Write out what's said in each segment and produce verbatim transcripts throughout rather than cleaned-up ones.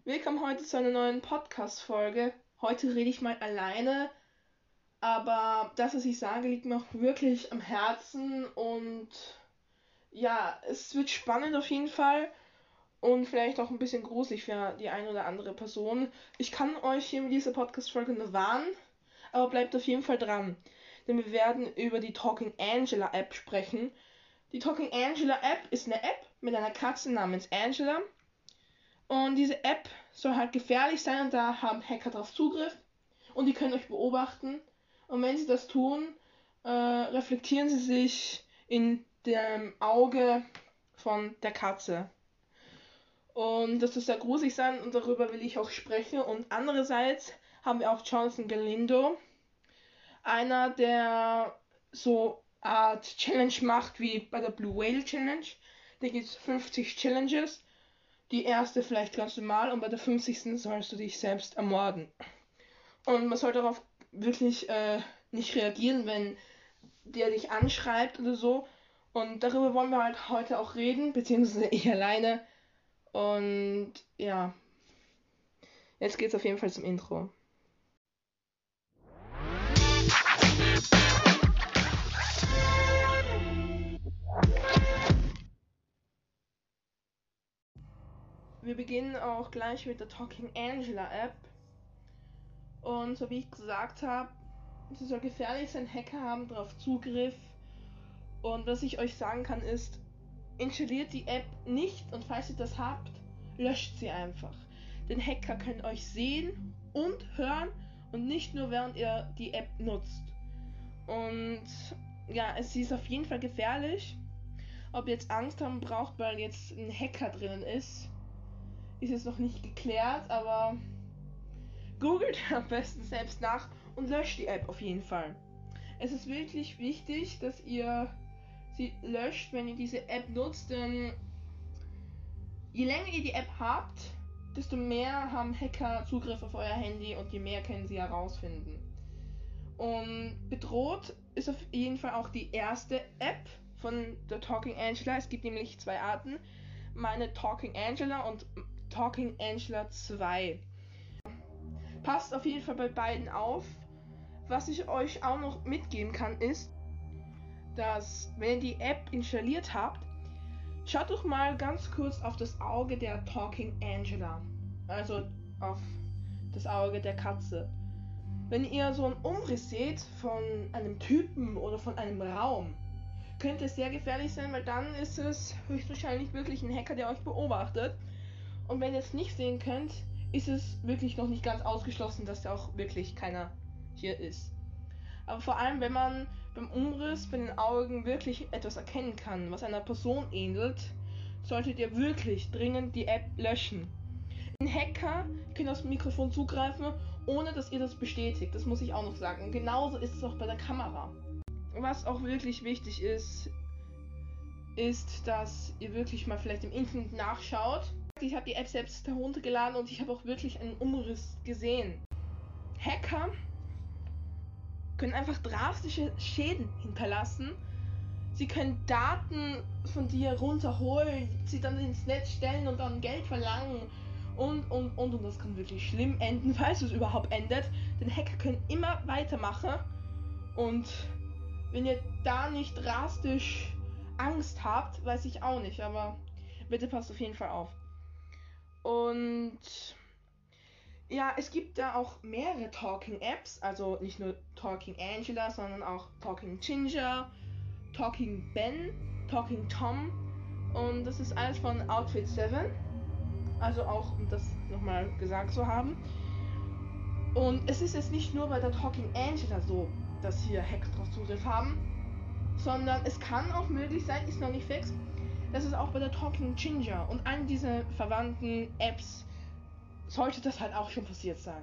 Willkommen heute zu einer neuen Podcast-Folge. Heute rede ich mal alleine, aber das, was ich sage, liegt mir auch wirklich am Herzen und ja, es wird spannend auf jeden Fall und vielleicht auch ein bisschen gruselig für die eine oder andere Person. Ich kann euch hier mit dieser Podcast-Folge nur warnen, aber bleibt auf jeden Fall dran, denn wir werden über die Talking Angela App sprechen. Die Talking Angela App ist eine App mit einer Katze namens Angela. Und diese App soll halt gefährlich sein und da haben Hacker drauf Zugriff und die können euch beobachten. Und wenn sie das tun, äh, reflektieren sie sich in dem Auge von der Katze. Und das ist sehr gruselig sein und darüber will ich auch sprechen. Und andererseits haben wir auch Jonathan Galindo, einer, der so Art Challenge macht wie bei der Blue Whale Challenge. Da gibt es fünfzig Challenges. Die erste vielleicht ganz normal und bei der fünfzigsten sollst du dich selbst ermorden. Und man soll darauf wirklich äh, nicht reagieren, wenn der dich anschreibt oder so. Und darüber wollen wir halt heute auch reden, beziehungsweise ich alleine. Und ja, jetzt geht's auf jeden Fall zum Intro. Wir beginnen auch gleich mit der Talking Angela App. Und so wie ich gesagt habe, sie soll gefährlich sein, Hacker haben darauf Zugriff. Und was ich euch sagen kann ist, installiert die App nicht und falls ihr das habt, löscht sie einfach. Denn Hacker können euch sehen und hören und nicht nur während ihr die App nutzt. Und ja, es ist auf jeden Fall gefährlich. Ob ihr jetzt Angst haben braucht, weil jetzt ein Hacker drinnen ist, ist jetzt noch nicht geklärt, aber googelt am besten selbst nach und löscht die App auf jeden Fall. Es ist wirklich wichtig, dass ihr sie löscht, wenn ihr diese App nutzt, denn je länger ihr die App habt, desto mehr haben Hacker Zugriff auf euer Handy und je mehr können sie herausfinden. Und bedroht ist auf jeden Fall auch die erste App von der Talking Angela. Es gibt nämlich zwei Arten. Meine Talking Angela und Talking Angela zwei. Passt auf jeden Fall bei beiden auf. Was ich euch auch noch mitgeben kann, ist, dass wenn ihr die App installiert habt, schaut doch mal ganz kurz auf das Auge der Talking Angela. Also auf das Auge der Katze. Wenn ihr so einen Umriss seht von einem Typen oder von einem Raum, könnte es sehr gefährlich sein, weil dann ist es höchstwahrscheinlich wirklich ein Hacker, der euch beobachtet. Und wenn ihr es nicht sehen könnt, ist es wirklich noch nicht ganz ausgeschlossen, dass da auch wirklich keiner hier ist. Aber vor allem, wenn man beim Umriss bei den Augen wirklich etwas erkennen kann, was einer Person ähnelt, solltet ihr wirklich dringend die App löschen. Ein Hacker kann aufs Mikrofon zugreifen, ohne dass ihr das bestätigt. Das muss ich auch noch sagen. Und genauso ist es auch bei der Kamera. Was auch wirklich wichtig ist, ist, dass ihr wirklich mal vielleicht im Internet nachschaut. Ich habe die App selbst heruntergeladen und ich habe auch wirklich einen Umriss gesehen. Hacker können einfach drastische Schäden hinterlassen. Sie können Daten von dir runterholen, sie dann ins Netz stellen und dann Geld verlangen und und und und das kann wirklich schlimm enden, falls es überhaupt endet. Denn Hacker können immer weitermachen und wenn ihr da nicht drastisch Angst habt, weiß ich auch nicht, aber bitte passt auf jeden Fall auf. Und ja, es gibt da auch mehrere Talking Apps, also nicht nur Talking Angela, sondern auch Talking Ginger, Talking Ben, Talking Tom und das ist alles von Outfit sieben, also auch um das nochmal gesagt zu haben. Und es ist jetzt nicht nur bei der Talking Angela so, dass hier Hacker drauf Zugriff haben, sondern es kann auch möglich sein, ist noch nicht fix, dass es auch bei der Talking Ginger und allen diese verwandten Apps sollte das halt auch schon passiert sein.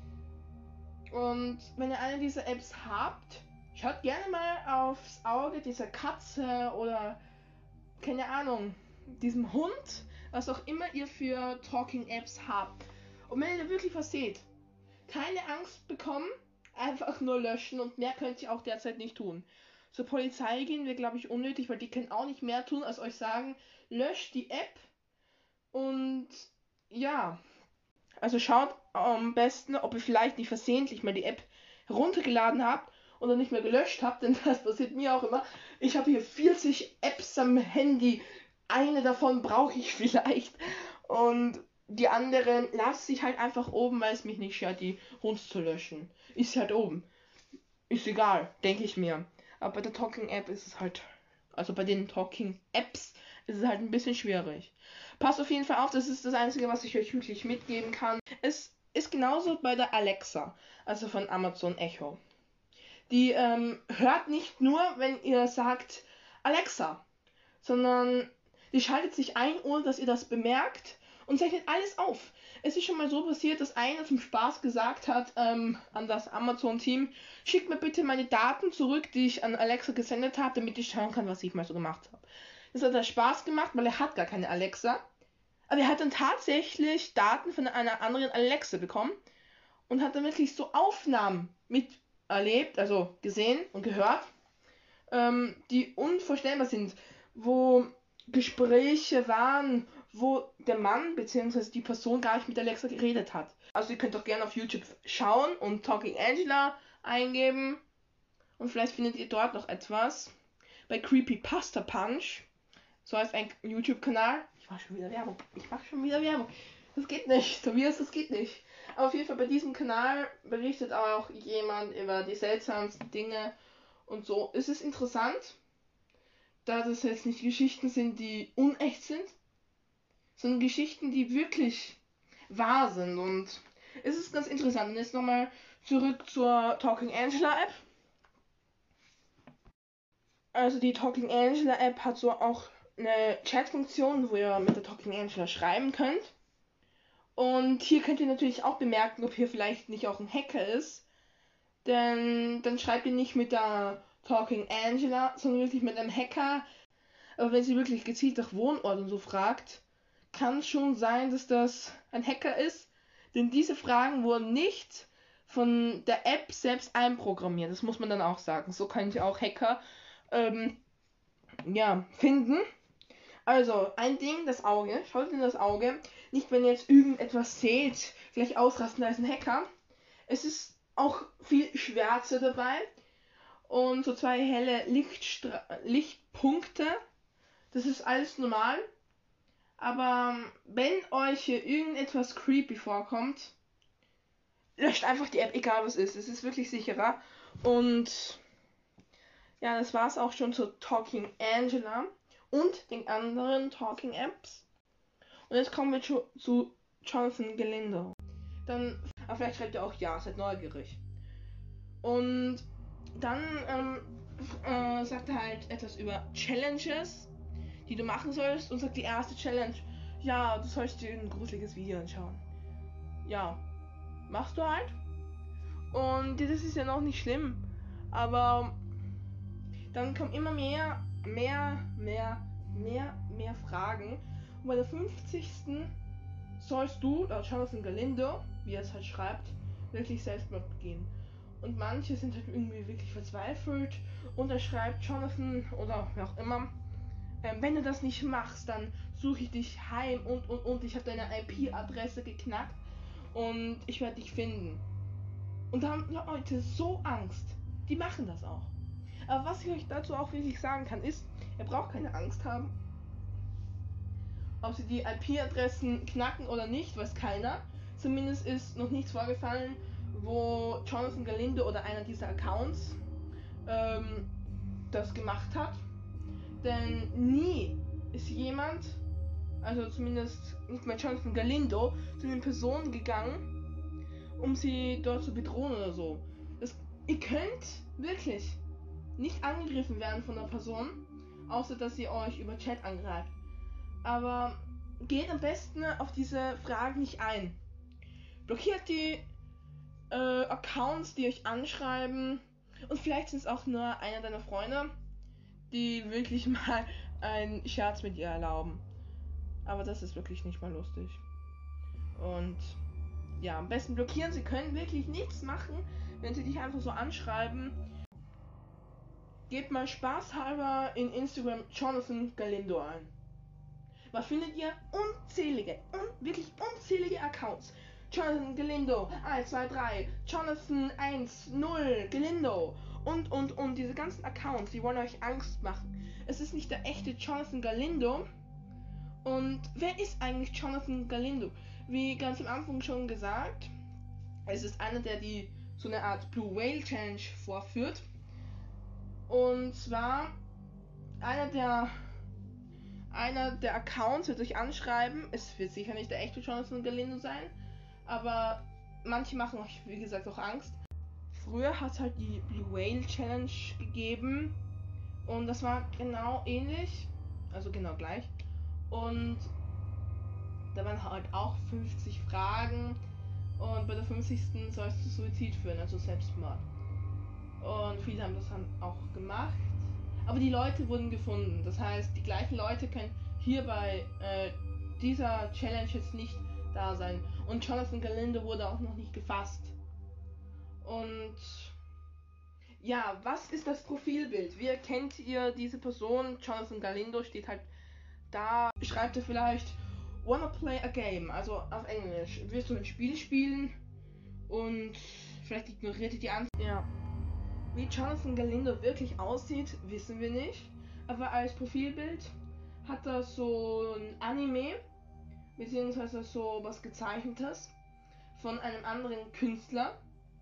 Und wenn ihr eine dieser Apps habt, schaut gerne mal aufs Auge dieser Katze oder keine Ahnung, diesem Hund, was auch immer ihr für Talking Apps habt. Und wenn ihr da wirklich was seht, keine Angst bekommen, einfach nur löschen und mehr könnt ihr auch derzeit nicht tun. Zur Polizei gehen wäre, glaube ich, unnötig, weil die können auch nicht mehr tun, als euch sagen, löscht die App und ja. Also schaut am besten, ob ihr vielleicht nicht versehentlich mal die App heruntergeladen habt oder nicht mehr gelöscht habt, denn das passiert mir auch immer. Ich habe hier vierzig Apps am Handy, eine davon brauche ich vielleicht und die anderen lasse ich halt einfach oben, weil es mich nicht stört, die runterzulöschen. Ist halt oben. Ist egal, denke ich mir. Aber bei der Talking App ist es halt, also bei den Talking Apps ist es halt ein bisschen schwierig. Passt auf jeden Fall auf, das ist das Einzige, was ich euch wirklich mitgeben kann. Es ist genauso bei der Alexa, also von Amazon Echo. Die ähm, hört nicht nur, wenn ihr sagt Alexa, sondern die schaltet sich ein, ohne dass ihr das bemerkt und zeichnet alles auf. Es ist schon mal so passiert, dass einer zum Spaß gesagt hat ähm, an das Amazon-Team, schickt mir bitte meine Daten zurück, die ich an Alexa gesendet habe, damit ich schauen kann, was ich mal so gemacht habe. Das hat er Spaß gemacht, weil er hat gar keine Alexa. Aber er hat dann tatsächlich Daten von einer anderen Alexa bekommen und hat dann wirklich so Aufnahmen miterlebt, also gesehen und gehört, ähm, die unvorstellbar sind, wo Gespräche waren, wo der Mann bzw. die Person gar nicht mit Alexa geredet hat. Also ihr könnt auch gerne auf YouTube schauen und Talking Angela eingeben und vielleicht findet ihr dort noch etwas. Bei Creepypasta Punch, so heißt ein YouTube-Kanal. Ich mache schon wieder Werbung. Ich mache schon wieder Werbung. Das geht nicht. Tobias, das geht nicht. Aber auf jeden Fall bei diesem Kanal berichtet auch jemand über die seltsamsten Dinge und so. Es ist interessant, da das jetzt nicht Geschichten sind, die unecht sind, sondern Geschichten, die wirklich wahr sind. Und es ist ganz interessant. Und jetzt nochmal zurück zur Talking Angela App. Also die Talking Angela App hat so auch eine Chat-Funktion, wo ihr mit der Talking Angela schreiben könnt. Und hier könnt ihr natürlich auch bemerken, ob hier vielleicht nicht auch ein Hacker ist. Denn dann schreibt ihr nicht mit der Talking Angela, sondern wirklich mit einem Hacker. Aber wenn sie wirklich gezielt nach Wohnort und so fragt, kann es schon sein, dass das ein Hacker ist. Denn diese Fragen wurden nicht von der App selbst einprogrammiert. Das muss man dann auch sagen. So kann ich auch Hacker ähm, ja, finden. Also, ein Ding, das Auge. Schaut in das Auge. Nicht, wenn ihr jetzt irgendetwas seht, gleich ausrasten als ein Hacker. Es ist auch viel Schwärze dabei. Und so zwei helle Lichtstra- Lichtpunkte. Das ist alles normal. Aber wenn euch hier irgendetwas creepy vorkommt, löscht einfach die App, egal was ist. Es ist wirklich sicherer. Und ja, das war's auch schon zur Talking Angela und den anderen Talking Apps. Und jetzt kommen wir zu, zu Jonathan Galindo. Dann, aber vielleicht schreibt ihr auch ja, seid neugierig. Und dann ähm, äh, sagt er halt etwas über Challenges, die du machen sollst, und sagt die erste Challenge, ja, du sollst dir ein gruseliges Video anschauen. Ja, machst du halt. Und das ist ja noch nicht schlimm, aber dann kommen immer mehr, mehr, mehr, mehr, mehr Fragen. Und bei der fünfzigsten sollst du, laut Jonathan Galindo, wie er es halt schreibt, wirklich Selbstmord begehen. Und manche sind halt irgendwie wirklich verzweifelt. Und er schreibt, Jonathan oder wer auch immer, äh, wenn du das nicht machst, dann suche ich dich heim und und und ich habe deine I P-Adresse geknackt und ich werde dich finden. Und da haben Leute so Angst. Die machen das auch. Aber was ich euch dazu auch wirklich sagen kann, ist, ihr braucht keine Angst haben. Ob sie die I P-Adressen knacken oder nicht, weiß keiner. Zumindest ist noch nichts vorgefallen, wo Jonathan Galindo oder einer dieser Accounts ähm, das gemacht hat. Denn nie ist jemand, also zumindest nicht mal Jonathan Galindo, zu den Personen gegangen, um sie dort zu bedrohen oder so. Das, ihr könnt wirklich nicht angegriffen werden von einer Person, außer dass sie euch über Chat angreift. Aber geht am besten auf diese Fragen nicht ein. Blockiert die äh, Accounts, die euch anschreiben, und vielleicht sind es auch nur einer deiner Freunde, die wirklich mal einen Scherz mit ihr erlauben. Aber das ist wirklich nicht mal lustig. Und ja, am besten blockieren. Sie können wirklich nichts machen, wenn sie dich einfach so anschreiben. Gebt mal spaßhalber in Instagram Jonathan Galindo ein. Was findet ihr? Unzählige, un wirklich unzählige Accounts. Jonathan Galindo, eins, zwei, drei, Jonathan eins, null, Galindo und, und, und diese ganzen Accounts, die wollen euch Angst machen. Es ist nicht der echte Jonathan Galindo. Und wer ist eigentlich Jonathan Galindo? Wie ganz am Anfang schon gesagt, es ist einer, der die so eine Art Blue Whale Challenge vorführt. Und zwar einer der einer der Accounts wird euch anschreiben. Es wird sicher nicht der echte Jonathan Galindo sein, aber manche machen euch, wie gesagt, auch Angst. Früher hat es halt die Blue Whale Challenge gegeben und das war genau ähnlich, also genau gleich. Und da waren halt auch fünfzig Fragen und bei der fünfzigsten soll es zu Suizid führen, also Selbstmord. Und viele haben das dann auch gemacht. Aber die Leute wurden gefunden. Das heißt, die gleichen Leute können hier bei äh, dieser Challenge jetzt nicht da sein. Und Jonathan Galindo wurde auch noch nicht gefasst. Und ja, was ist das Profilbild? Wie erkennt ihr diese Person? Jonathan Galindo steht halt da. Schreibt er vielleicht Wanna play a game? Also auf Englisch. Willst du ein Spiel spielen? Und vielleicht ignoriert ihr die Antwort. Ja. Wie Jonathan Galindo wirklich aussieht, wissen wir nicht. Aber als Profilbild hat er so ein Anime, beziehungsweise so was Gezeichnetes von einem anderen Künstler.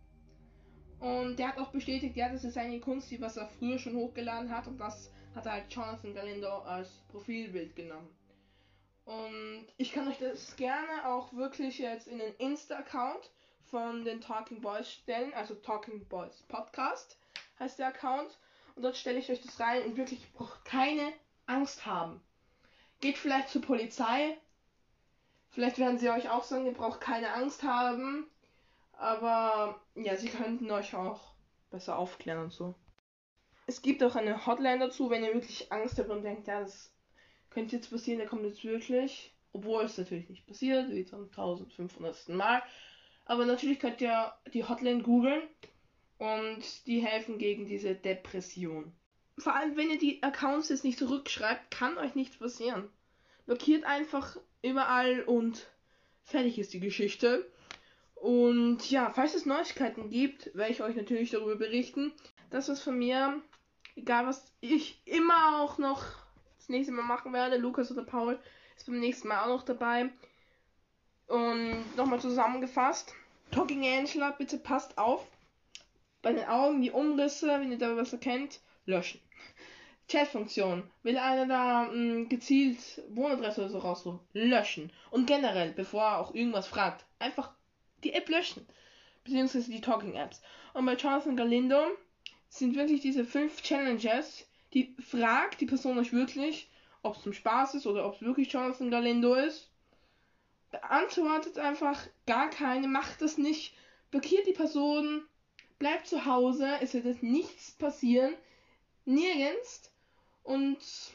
Und der hat auch bestätigt, ja, das ist seine Kunst, die was er früher schon hochgeladen hat. Und das hat er halt Jonathan Galindo als Profilbild genommen. Und ich kann euch das gerne auch wirklich jetzt in den Insta-Account von den Talking Boys stellen, also Talking Boys Podcast heißt der Account, und dort stelle ich euch das rein und wirklich, ihr braucht keine Angst haben. Geht vielleicht zur Polizei, vielleicht werden sie euch auch sagen, ihr braucht keine Angst haben, aber ja, sie könnten euch auch besser aufklären und so. Es gibt auch eine Hotline dazu, wenn ihr wirklich Angst habt und denkt, ja, das könnte jetzt passieren, der kommt jetzt wirklich, obwohl es natürlich nicht passiert, wie zum eintausendfünfhundertsten Mal. Aber natürlich könnt ihr die Hotline googeln und die helfen gegen diese Depression. Vor allem, wenn ihr die Accounts jetzt nicht zurückschreibt, kann euch nichts passieren. Blockiert einfach überall und fertig ist die Geschichte. Und ja, falls es Neuigkeiten gibt, werde ich euch natürlich darüber berichten. Das ist von mir, egal was ich immer auch noch das nächste Mal machen werde. Lukas oder Paul ist beim nächsten Mal auch noch dabei. Und nochmal zusammengefasst, Talking Angela, bitte passt auf. Bei den Augen, die Umrisse, wenn ihr da was erkennt, löschen. Chatfunktion, will einer da mh, gezielt Wohnadresse oder so raussuchen, löschen. Und generell, bevor er auch irgendwas fragt, einfach die App löschen. Beziehungsweise die Talking Apps. Und bei Jonathan Galindo sind wirklich diese fünf Challenges, die fragt die Person euch wirklich, ob es zum Spaß ist oder ob es wirklich Jonathan Galindo ist. Beantwortet einfach gar keine, macht das nicht, blockiert die Person, bleibt zu Hause, es wird jetzt nichts passieren, nirgends. Und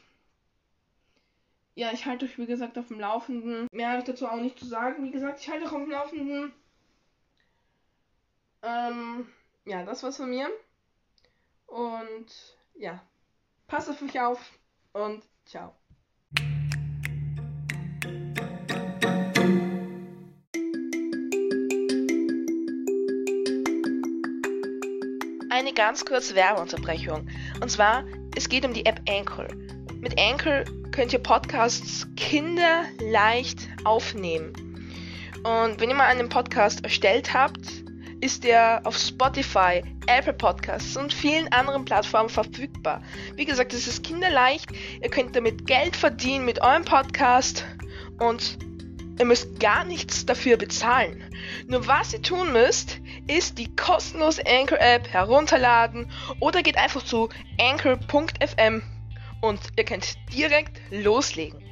ja, ich halte euch wie gesagt auf dem Laufenden. Mehr habe ich dazu auch nicht zu sagen. Wie gesagt, ich halte euch auf dem Laufenden. Ähm, ja, das war's von mir. Und ja, passt auf euch auf und ciao. Eine ganz kurze Werbeunterbrechung. Und zwar, es geht um die App Anchor. Mit Anchor könnt ihr Podcasts kinderleicht aufnehmen. Und wenn ihr mal einen Podcast erstellt habt, ist der auf Spotify, Apple Podcasts und vielen anderen Plattformen verfügbar. Wie gesagt, es ist kinderleicht. Ihr könnt damit Geld verdienen mit eurem Podcast und ihr müsst gar nichts dafür bezahlen. Nur was ihr tun müsst, ist die kostenlose Anchor-App herunterladen oder geht einfach zu anchor punkt f m und ihr könnt direkt loslegen.